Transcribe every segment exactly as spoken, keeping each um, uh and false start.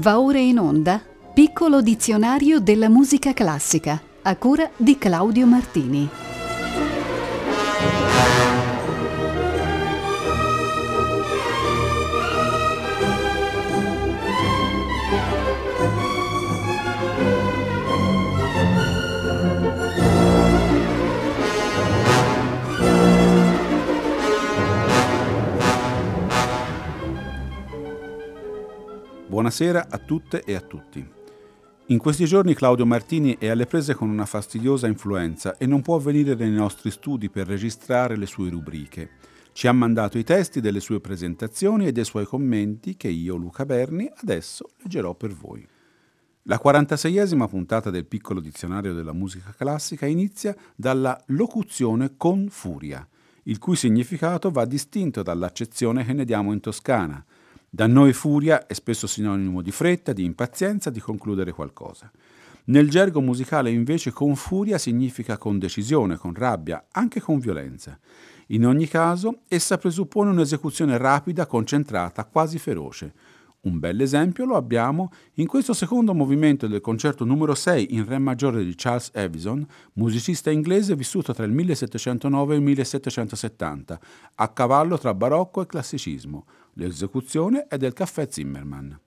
Va ora in onda Piccolo dizionario della musica classica, a cura di Claudio Martini. Buonasera a tutte e a tutti. In questi giorni Claudio Martini è alle prese con una fastidiosa influenza e non può venire nei nostri studi per registrare le sue rubriche. Ci ha mandato i testi delle sue presentazioni e dei suoi commenti che io, Luca Berni, adesso leggerò per voi. La quarantaseiesima puntata del Piccolo dizionario della musica classica inizia dalla locuzione con furia, il cui significato va distinto dall'accezione che ne diamo in Toscana. Da noi furia è spesso sinonimo di fretta, di impazienza, di concludere qualcosa. Nel gergo musicale invece con furia significa con decisione, con rabbia, anche con violenza. In ogni caso, essa presuppone un'esecuzione rapida, concentrata, quasi feroce. Un bel esempio lo abbiamo in questo secondo movimento del concerto numero sei in re maggiore di Charles Evison, musicista inglese vissuto tra il millesettecentonove e il millesettecentosettanta, a cavallo tra barocco e classicismo. L'esecuzione è del Caffè Zimmermann.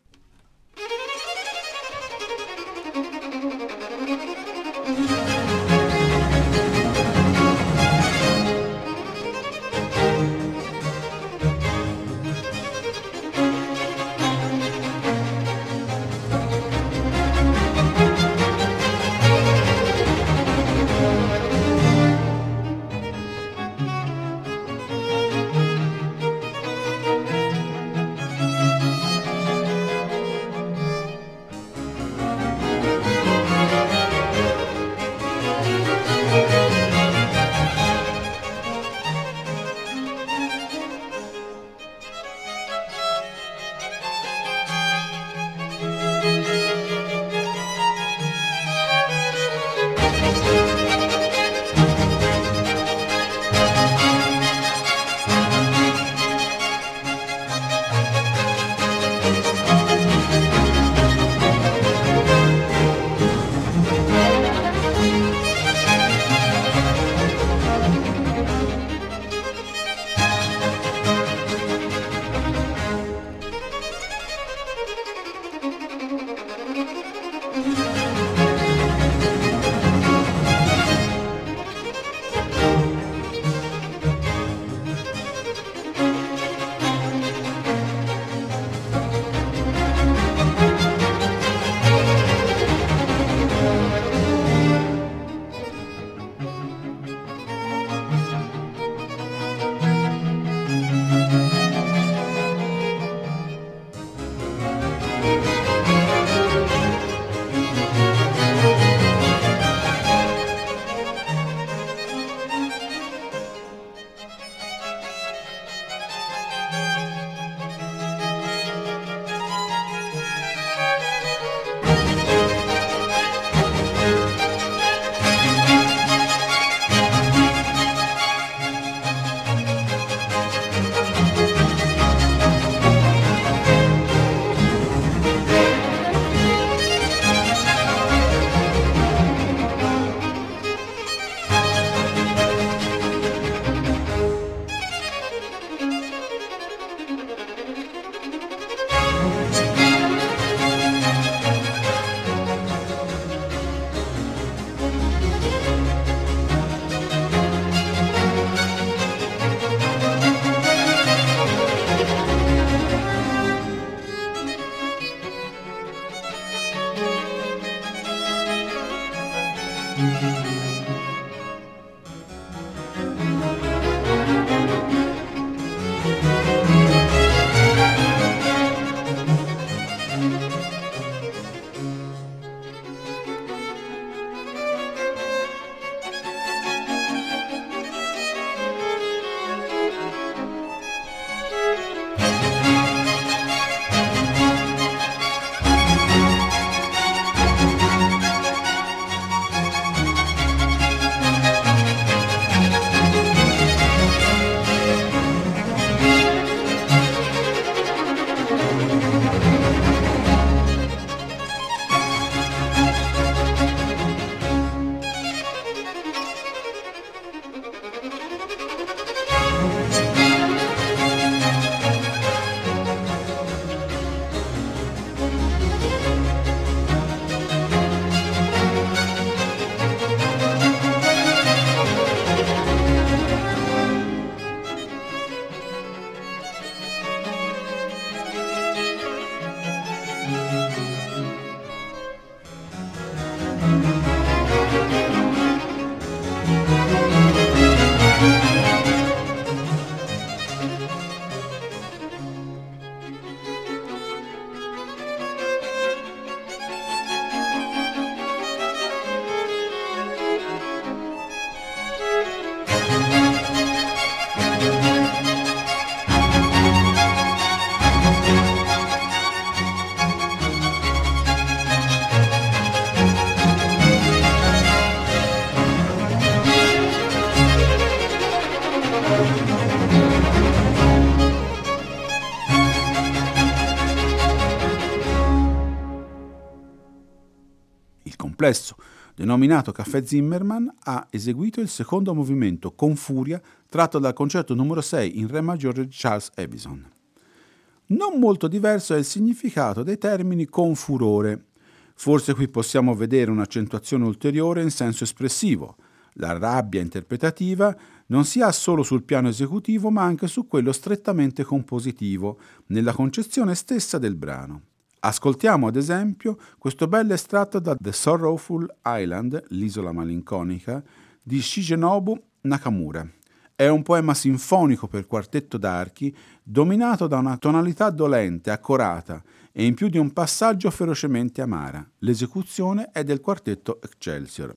complesso denominato Caffè Zimmermann ha eseguito il secondo movimento con furia tratto dal concerto numero sei in Re maggiore di Charles Evison. Non molto diverso è il significato dei termini con furore. Forse qui possiamo vedere un'accentuazione ulteriore in senso espressivo. La rabbia interpretativa non si ha solo sul piano esecutivo, ma anche su quello strettamente compositivo, nella concezione stessa del brano. Ascoltiamo ad esempio questo bello estratto da The Sorrowful Island, l'isola malinconica, di Shigenobu Nakamura. È un poema sinfonico per quartetto d'archi, dominato da una tonalità dolente, accorata e in più di un passaggio ferocemente amara. L'esecuzione è del quartetto Excelsior.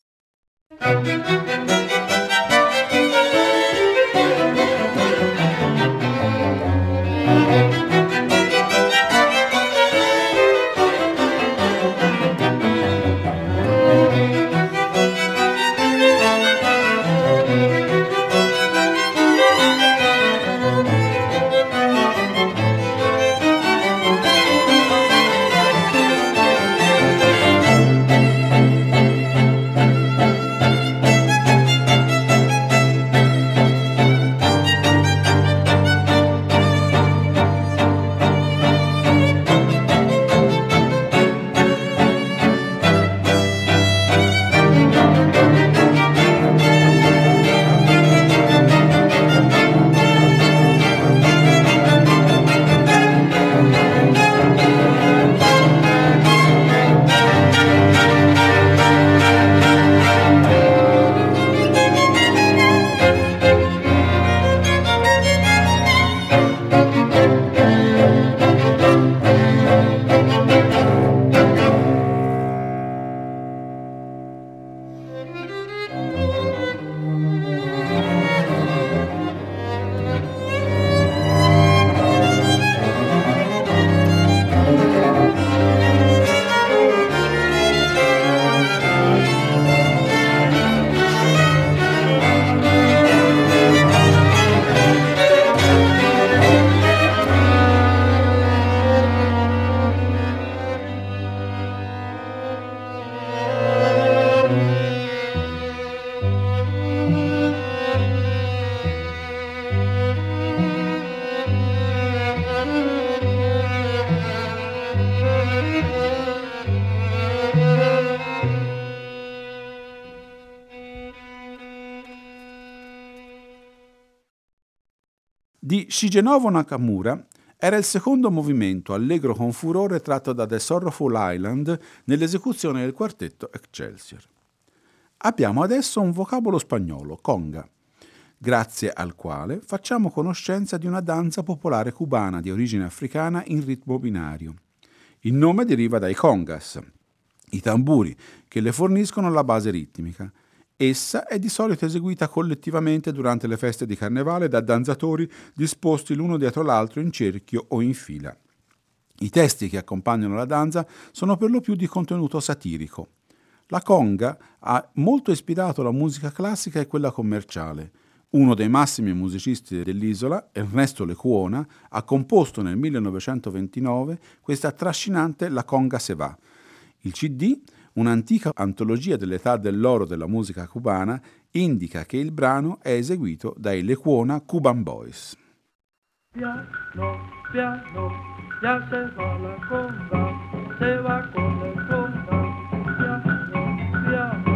Di Shigenobu Nakamura era il secondo movimento allegro con furore tratto da The Sorrowful Island nell'esecuzione del quartetto Excelsior. Abbiamo adesso un vocabolo spagnolo, conga, grazie al quale facciamo conoscenza di una danza popolare cubana di origine africana in ritmo binario. Il nome deriva dai congas, i tamburi che le forniscono la base ritmica. Essa è di solito eseguita collettivamente durante le feste di carnevale da danzatori disposti l'uno dietro l'altro in cerchio o in fila. I testi che accompagnano la danza sono per lo più di contenuto satirico. La conga ha molto ispirato la musica classica e quella commerciale. Uno dei massimi musicisti dell'isola, Ernesto Lecuona, ha composto nel millenovecentoventinove questa trascinante La Conga se va. Il C D, un'antica antologia dell'età dell'oro della musica cubana, indica che il brano è eseguito dai Lecuona Cuban Boys. Piano, piano, ya se va la conga, se va con la conga, piano, piano.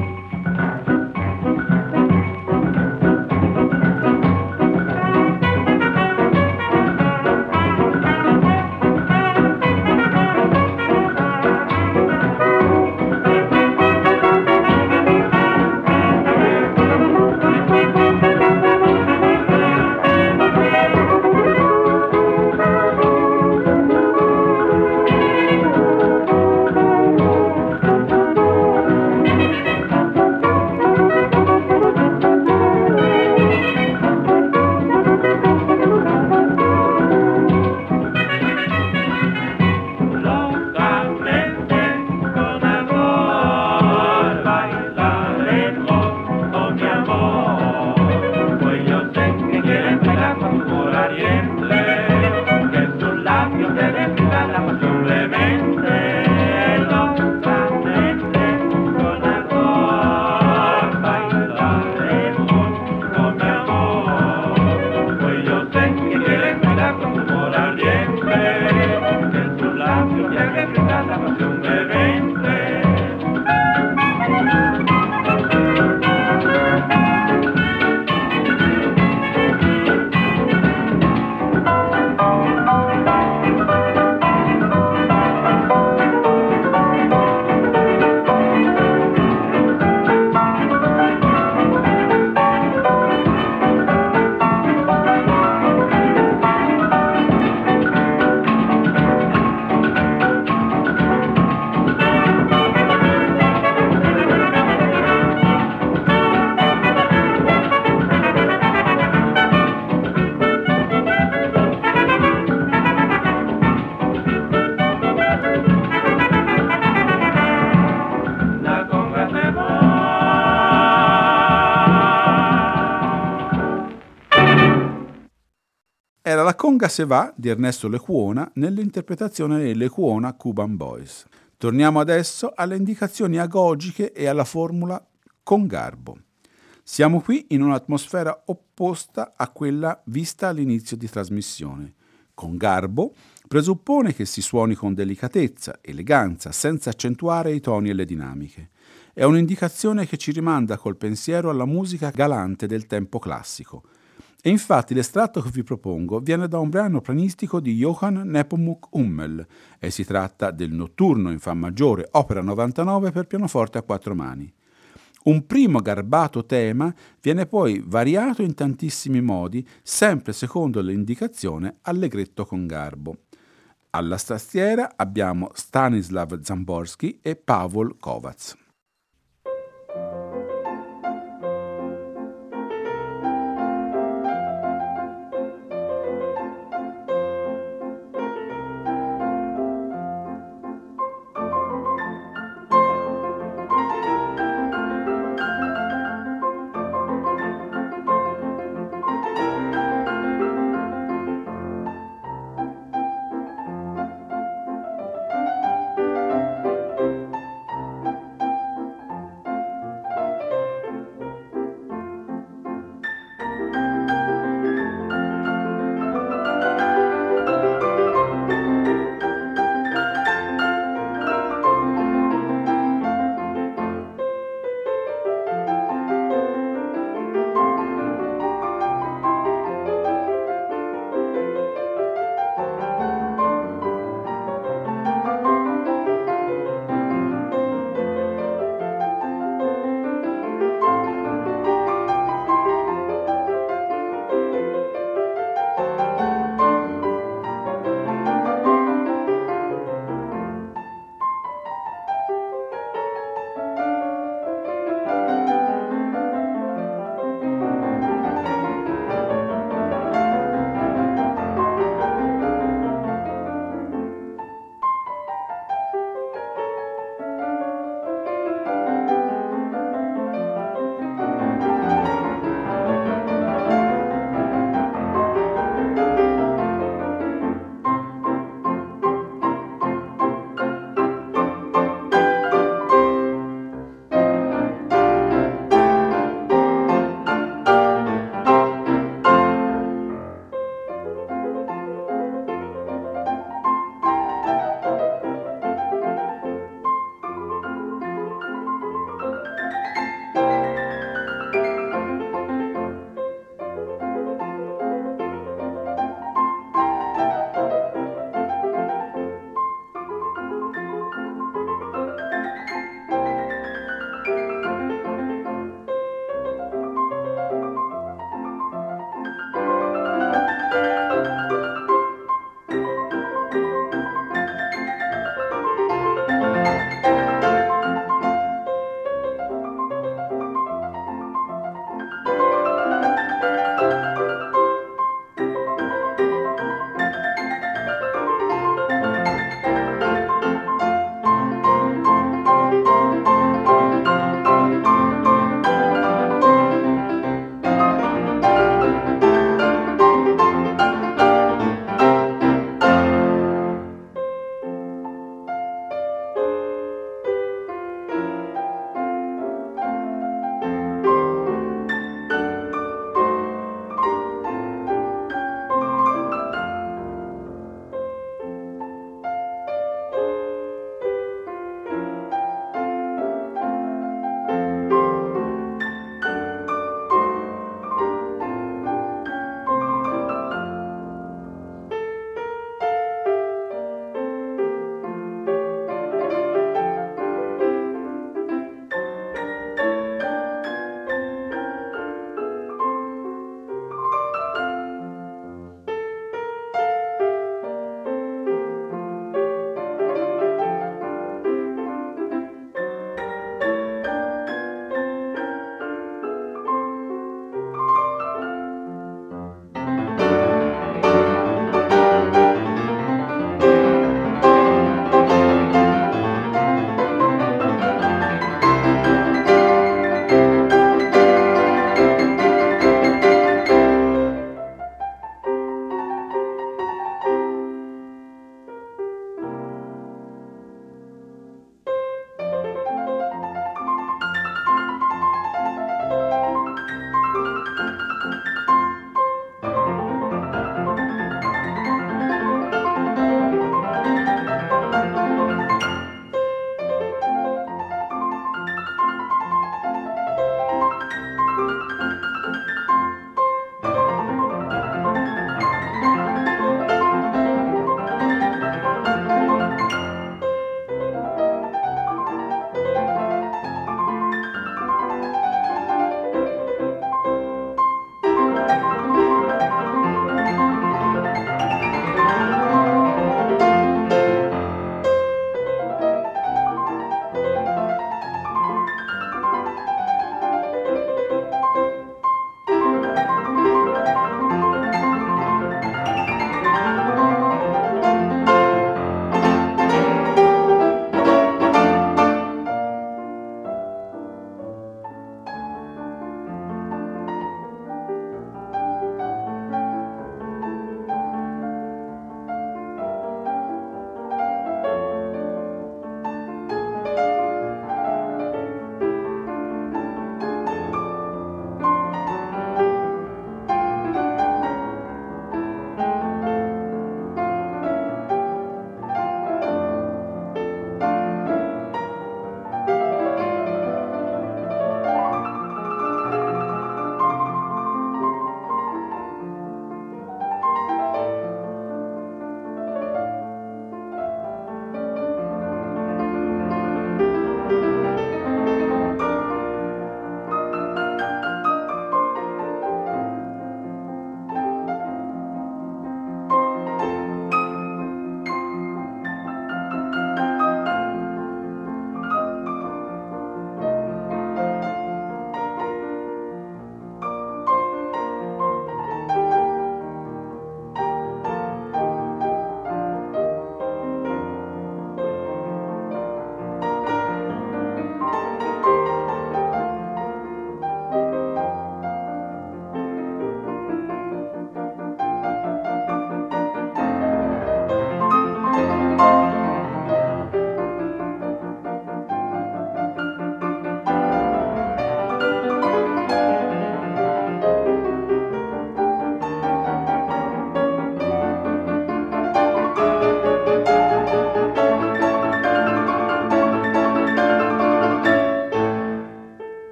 era la Conga se va di Ernesto Lecuona nell'interpretazione dei Lecuona Cuban Boys. Torniamo adesso alle indicazioni agogiche e alla formula con garbo. Siamo qui in un'atmosfera opposta a quella vista all'inizio di trasmissione. Con garbo presuppone che si suoni con delicatezza, eleganza, senza accentuare i toni e le dinamiche. È un'indicazione che ci rimanda col pensiero alla musica galante del tempo classico. E infatti l'estratto che vi propongo viene da un brano pianistico di Johann Nepomuk Hummel e si tratta del Notturno in Fa maggiore, opera novantanove per pianoforte a quattro mani. Un primo garbato tema viene poi variato in tantissimi modi, sempre secondo l'indicazione allegretto con garbo. Alla tastiera abbiamo Stanislav Zamborsky e Pavol Kovacs.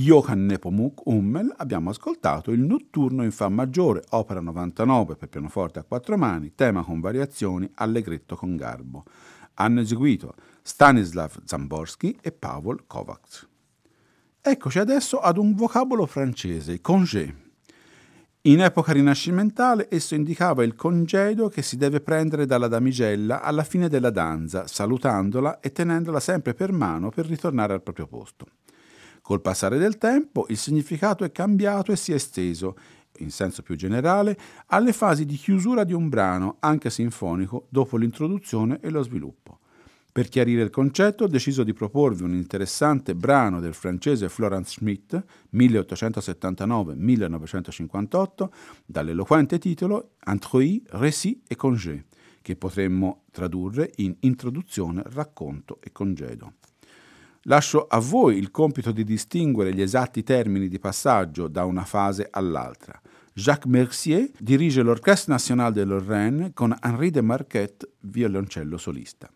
Johann Nepomuk Hummel abbiamo ascoltato il Notturno in Fa maggiore, opera novantanove per pianoforte a quattro mani, tema con variazioni, allegretto con garbo. Hanno eseguito Stanislav Zamborsky e Pavol Kovacs. Eccoci adesso ad un vocabolo francese, congé. In epoca rinascimentale esso indicava il congedo che si deve prendere dalla damigella alla fine della danza, salutandola e tenendola sempre per mano per ritornare al proprio posto. Col passare del tempo il significato è cambiato e si è esteso, in senso più generale, alle fasi di chiusura di un brano, anche sinfonico, dopo l'introduzione e lo sviluppo. Per chiarire il concetto ho deciso di proporvi un interessante brano del francese Florent Schmitt, milleottocentosettantanove millenovecentocinquantotto, dall'eloquente titolo Introit, récit et congé, che potremmo tradurre in introduzione, racconto e congedo. Lascio a voi il compito di distinguere gli esatti termini di passaggio da una fase all'altra. Jacques Mercier dirige l'Orchestre Nationale de Lorraine con Henri de Marquette, violoncello solista.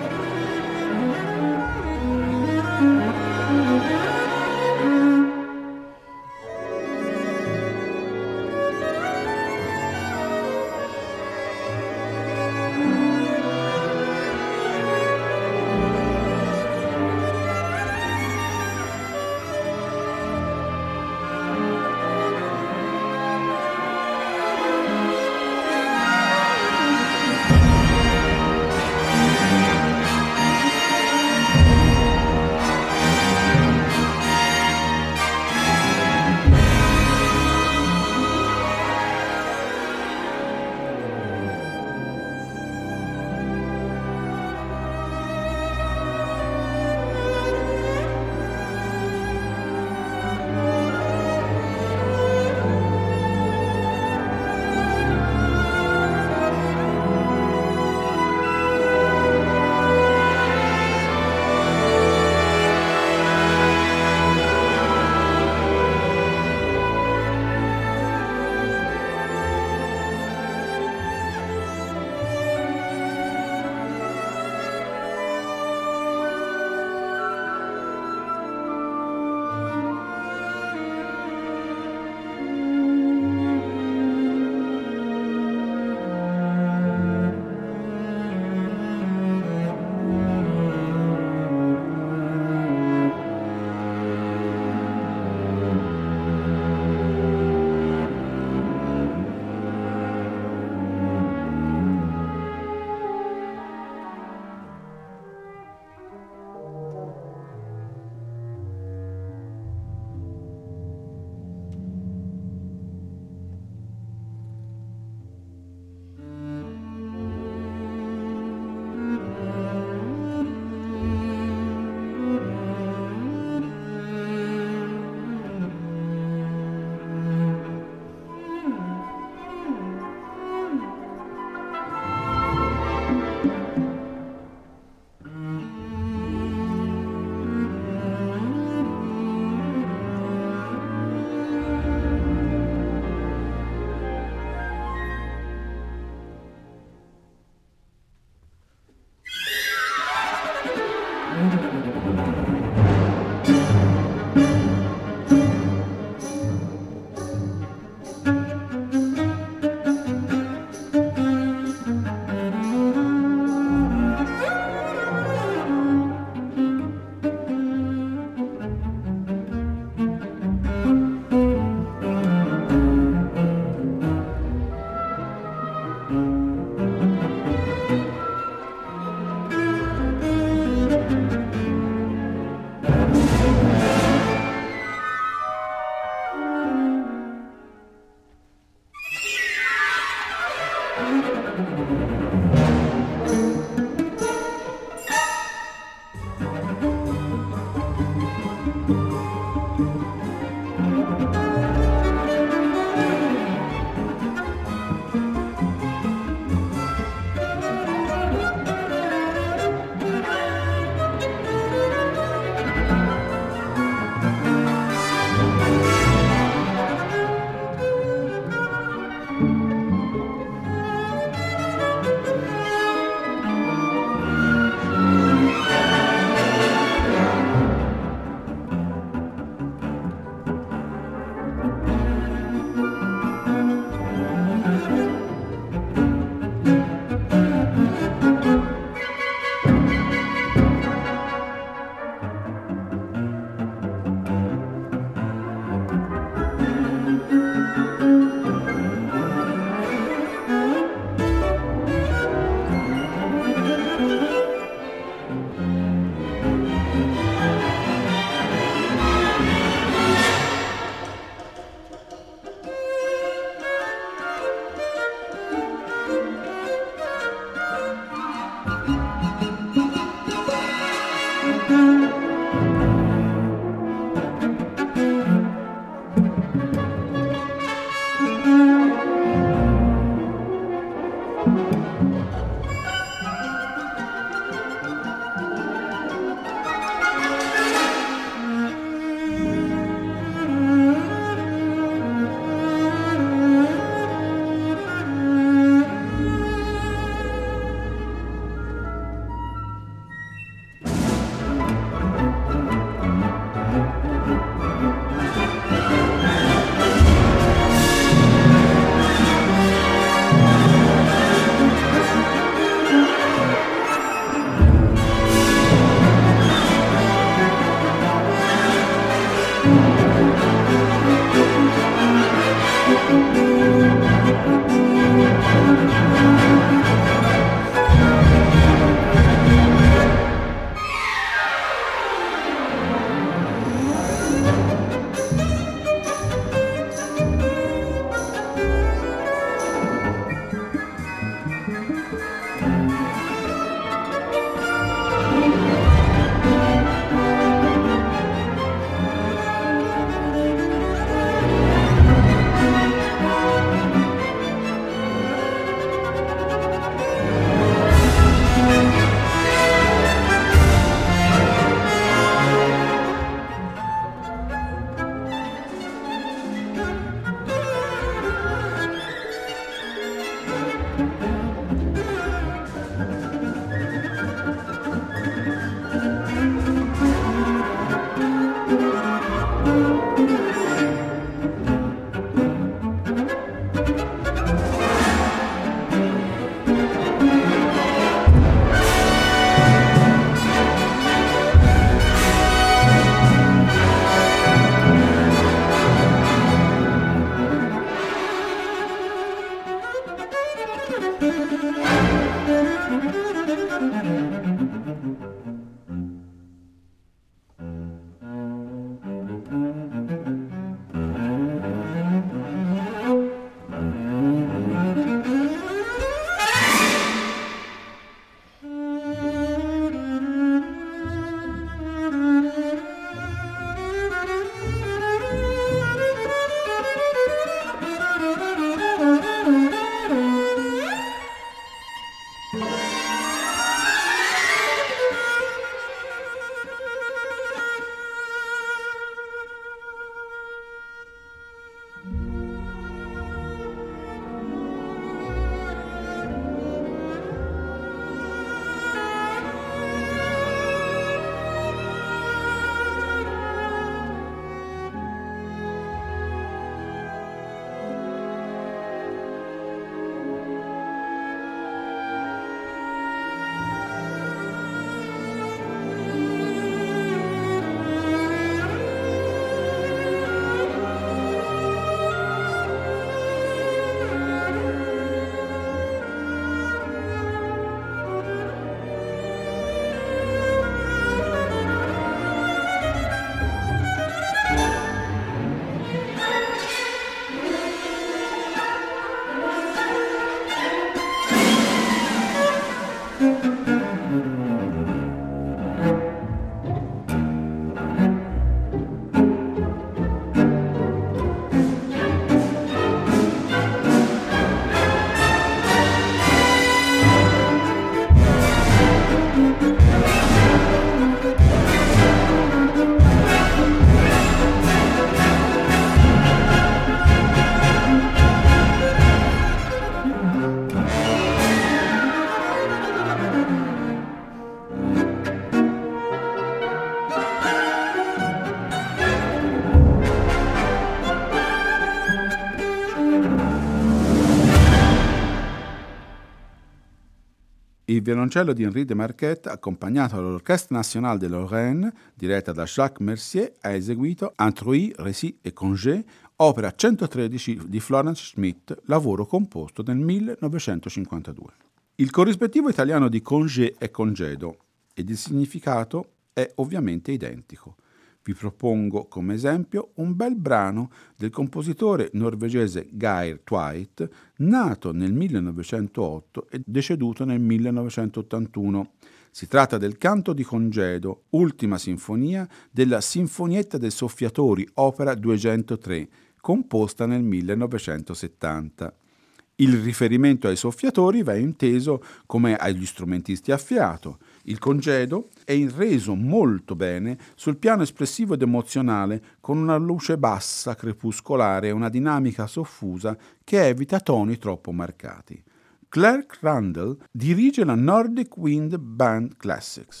violoncello di Henri de Marquette, accompagnato dall'Orchestre Nationale de Lorraine, diretta da Jacques Mercier, ha eseguito Introit, Récit et Congé, opera centotredici di Florence Schmidt, lavoro composto nel millenovecentocinquantadue. Il corrispettivo italiano di congé è congedo ed il significato è ovviamente identico. Vi propongo come esempio un bel brano del compositore norvegese Geir Tveit, nato nel millenovecentootto e deceduto nel millenovecentottantuno. Si tratta del Canto di congedo, ultima sinfonia della Sinfonietta dei Soffiatori, opera duecentotre, composta nel millenovecentosettanta. Il riferimento ai soffiatori va inteso come agli strumentisti a fiato. Il congedo è reso molto bene sul piano espressivo ed emozionale, con una luce bassa, crepuscolare e una dinamica soffusa che evita toni troppo marcati. Claire Crandall dirige la Nordic Wind Band Classics.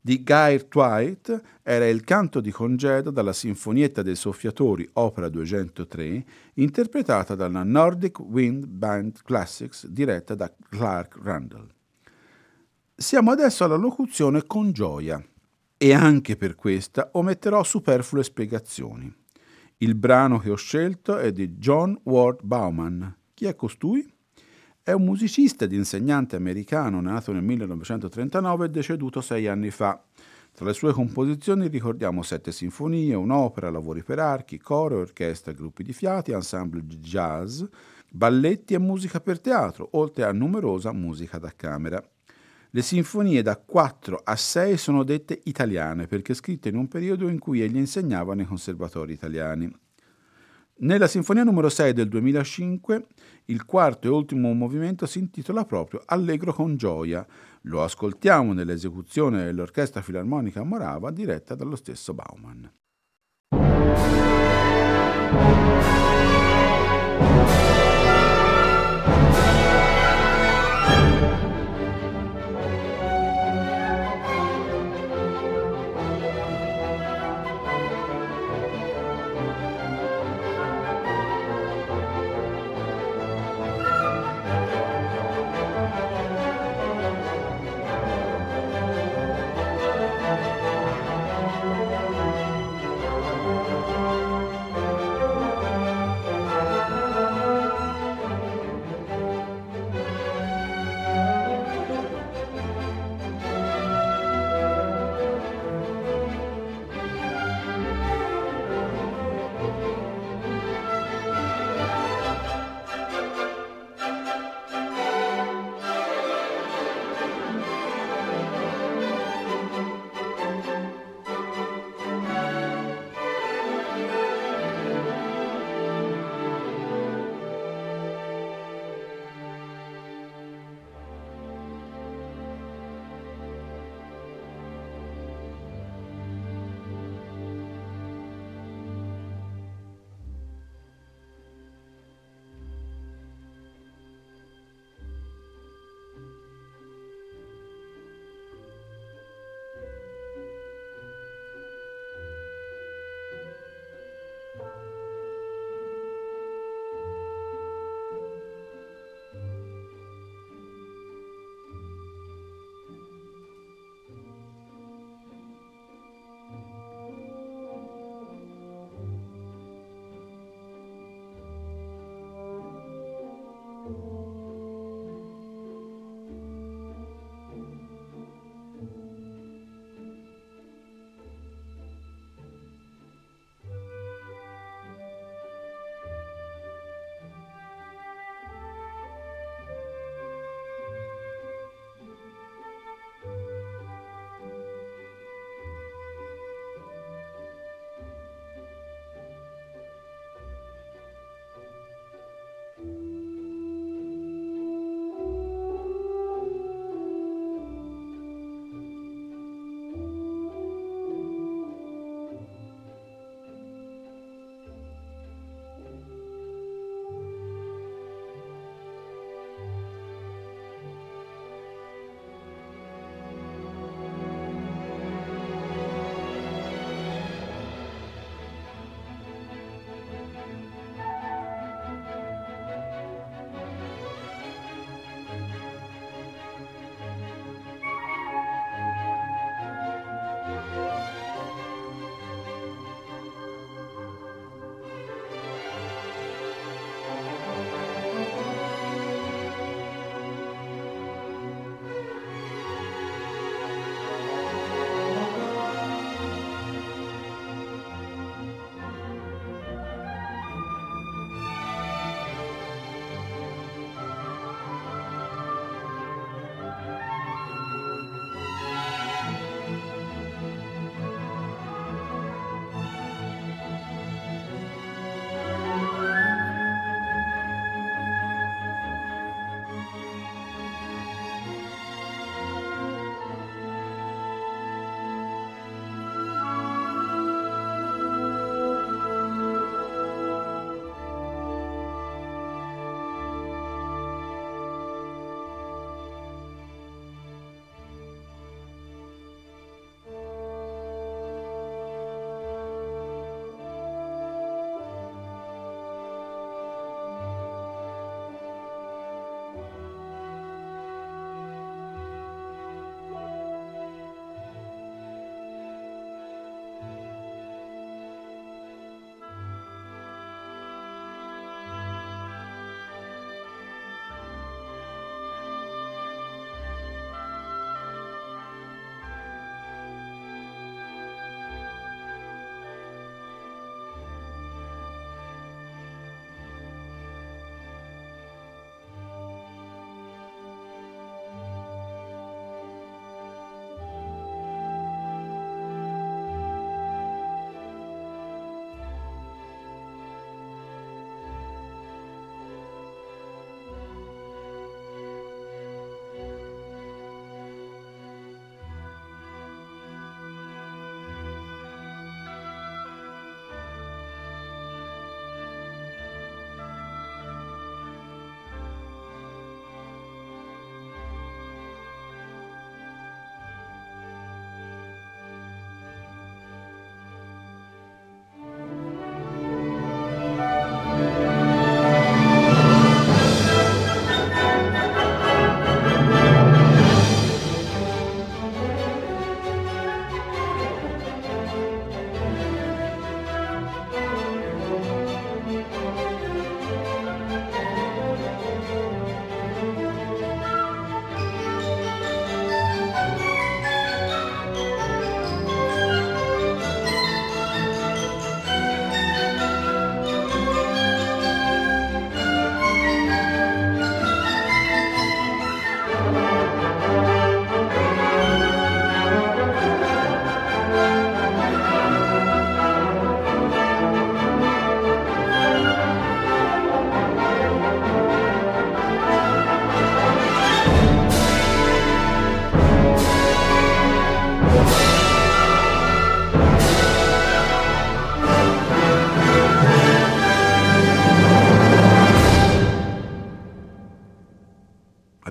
di Geir Twight era il canto di congedo dalla Sinfonietta dei Soffiatori, opera duecentotre, interpretata dalla Nordic Wind Band Classics, diretta da Clark Randall. Siamo adesso alla locuzione con gioia, e anche per questa ometterò superflue spiegazioni. Il brano che ho scelto è di John Ward Bauman. Chi è costui? È un musicista ed insegnante americano nato nel millenovecentotrentanove e deceduto sei anni fa. Tra le sue composizioni ricordiamo sette sinfonie, un'opera, lavori per archi, coro e orchestra, gruppi di fiati, ensemble di jazz, balletti e musica per teatro, oltre a numerosa musica da camera. Le sinfonie da quattro a sei sono dette italiane perché scritte in un periodo in cui egli insegnava nei conservatori italiani. Nella sinfonia numero sei del duemilacinque, il quarto e ultimo movimento si intitola proprio Allegro con gioia. Lo ascoltiamo nell'esecuzione dell'Orchestra Filarmonica Morava diretta dallo stesso Bauman.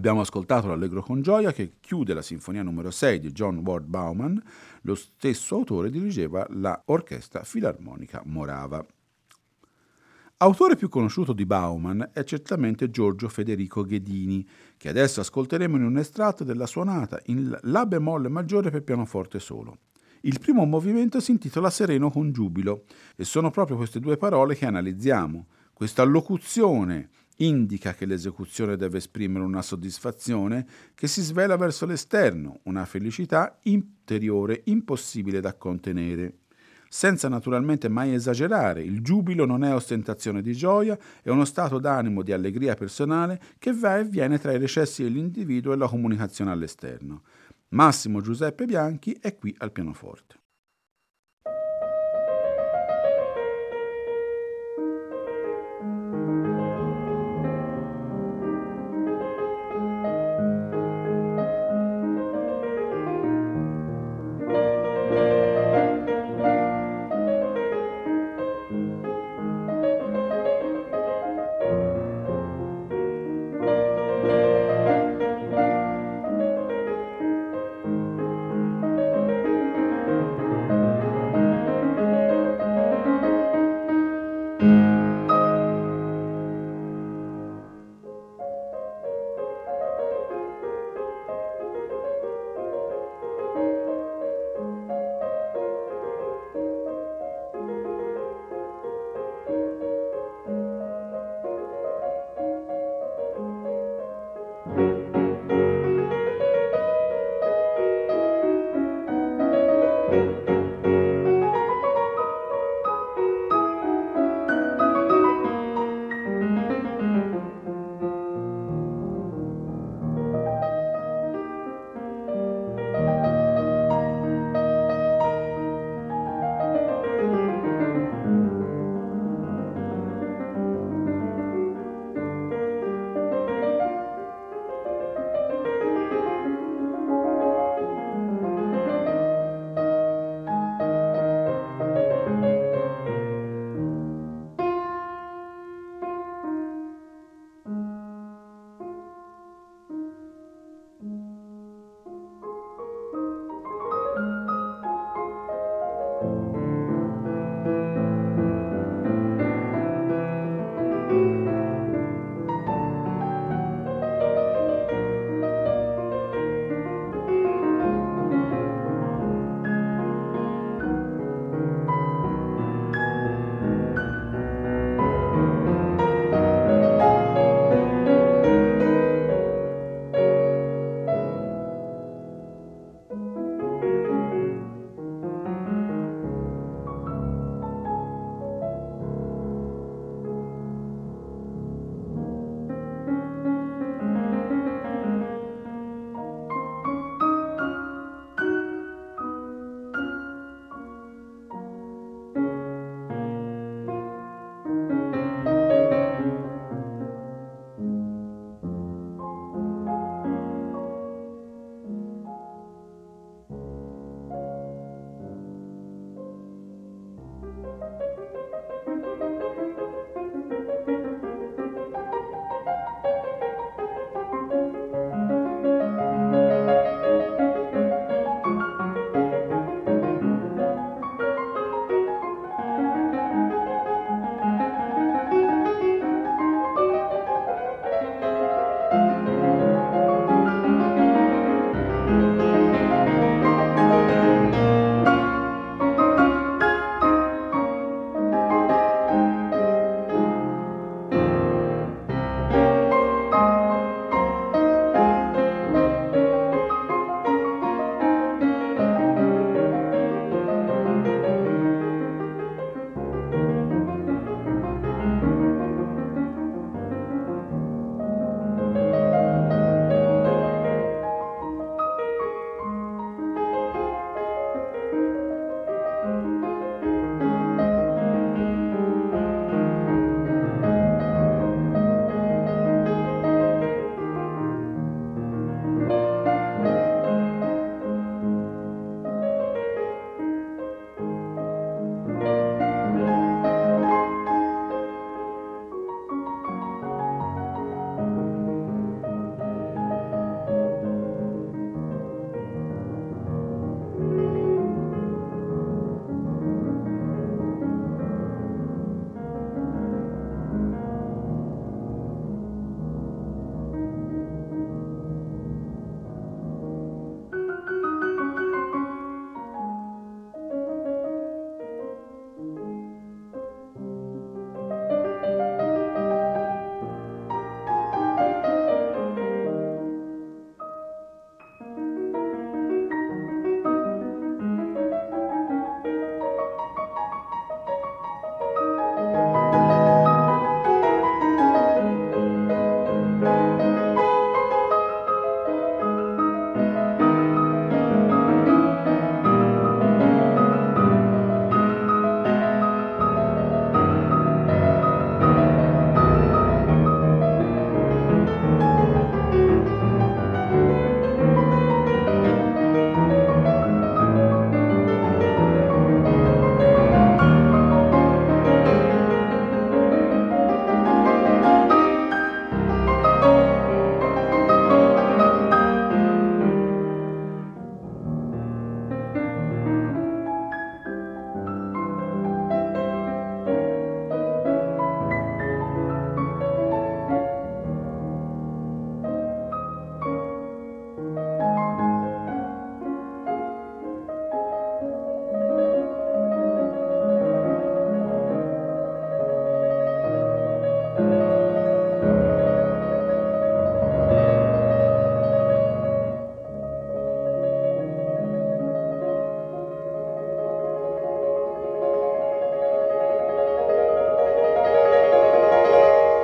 Abbiamo ascoltato l'Allegro con gioia che chiude la sinfonia numero sei di John Ward Bauman. Lo stesso autore dirigeva la Orchestra Filarmonica Morava. Autore più conosciuto di Bauman è certamente Giorgio Federico Ghedini, che adesso ascolteremo in un estratto della sonata in La bemolle maggiore per pianoforte solo. Il primo movimento si intitola Sereno con giubilo e sono proprio queste due parole che analizziamo. Questa locuzione indica che l'esecuzione deve esprimere una soddisfazione che si svela verso l'esterno, una felicità interiore impossibile da contenere. Senza naturalmente mai esagerare, il giubilo non è ostentazione di gioia, è uno stato d'animo di allegria personale che va e viene tra i recessi dell'individuo e la comunicazione all'esterno. Massimo Giuseppe Bianchi è qui al pianoforte.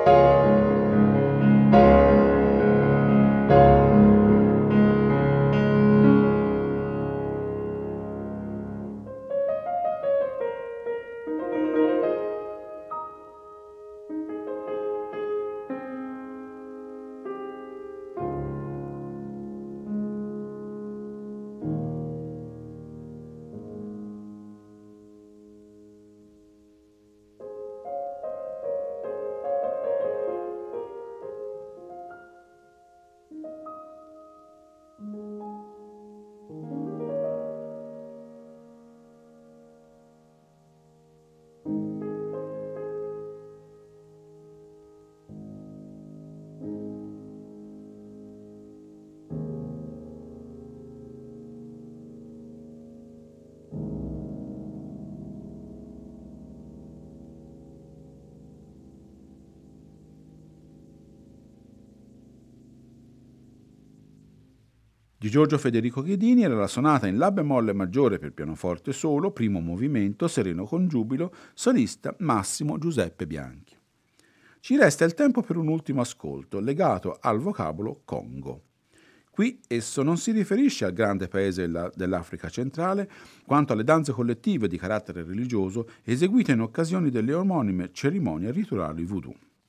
Di Giorgio Federico Ghedini era la sonata in La bemolle maggiore per pianoforte solo, primo movimento, sereno con giubilo, solista Massimo Giuseppe Bianchi. Ci resta il tempo per un ultimo ascolto, legato al vocabolo Congo. Qui esso non si riferisce al grande paese dell'Africa centrale, quanto alle danze collettive di carattere religioso eseguite in occasione delle omonime cerimonie rituali voodoo.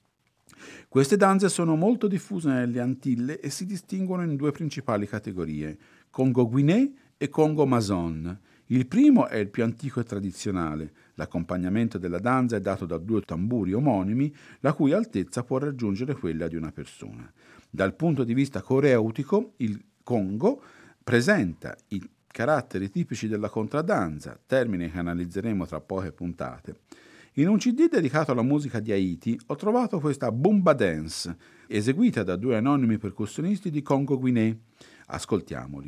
Queste danze sono molto diffuse nelle Antille e si distinguono in due principali categorie, Congo Guinée e Congo Mazon. Il primo è il più antico e tradizionale. L'accompagnamento della danza è dato da due tamburi omonimi, la cui altezza può raggiungere quella di una persona. Dal punto di vista coreutico, il Congo presenta i caratteri tipici della contraddanza, termine che analizzeremo tra poche puntate. In un C D dedicato alla musica di Haiti ho trovato questa Bumba Dance, eseguita da due anonimi percussionisti di Congo Guinée. Ascoltiamoli.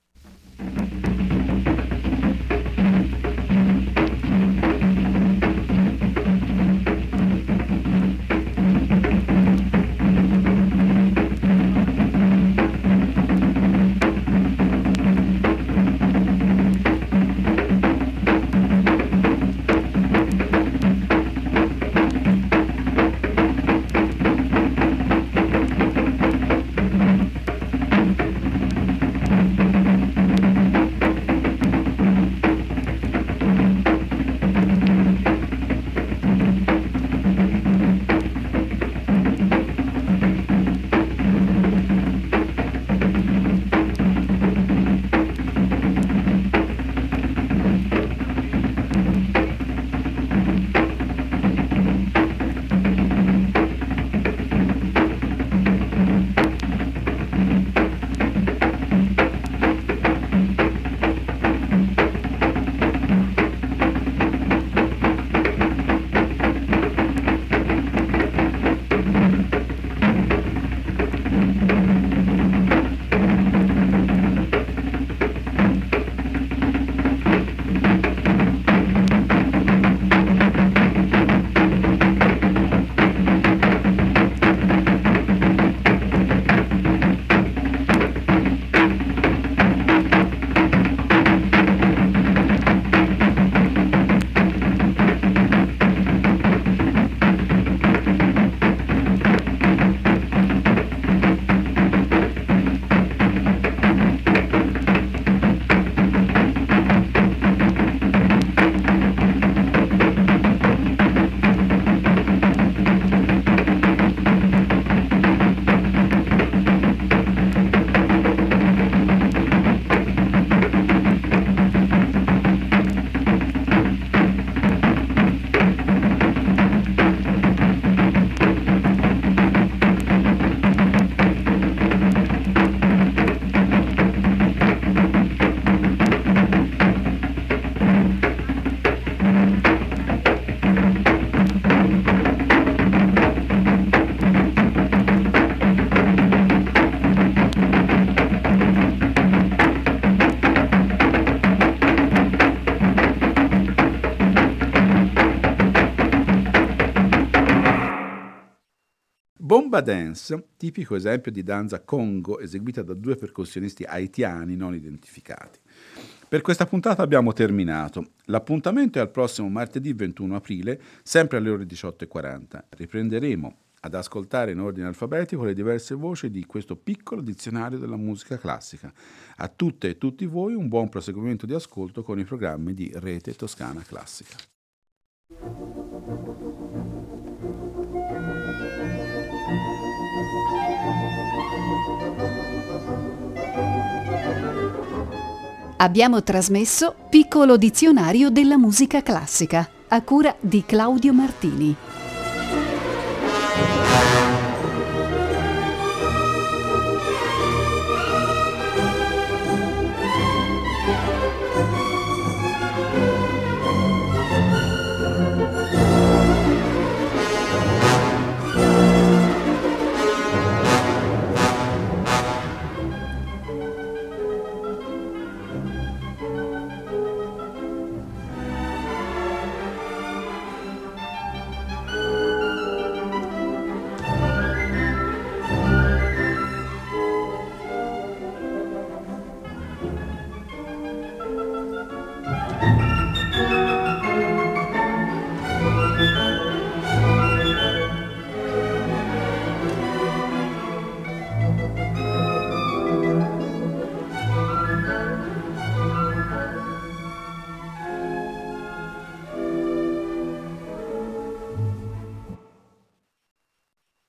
Bumba Dance, tipico esempio di danza Congo eseguita da due percussionisti haitiani non identificati. Per questa puntata abbiamo terminato. L'appuntamento è al prossimo martedì ventuno aprile, sempre alle ore diciotto e quaranta. Riprenderemo ad ascoltare in ordine alfabetico le diverse voci di questo piccolo dizionario della musica classica. A tutte e tutti voi un buon proseguimento di ascolto con i programmi di Rete Toscana Classica. Abbiamo trasmesso Piccolo dizionario della musica classica, a cura di Claudio Martini.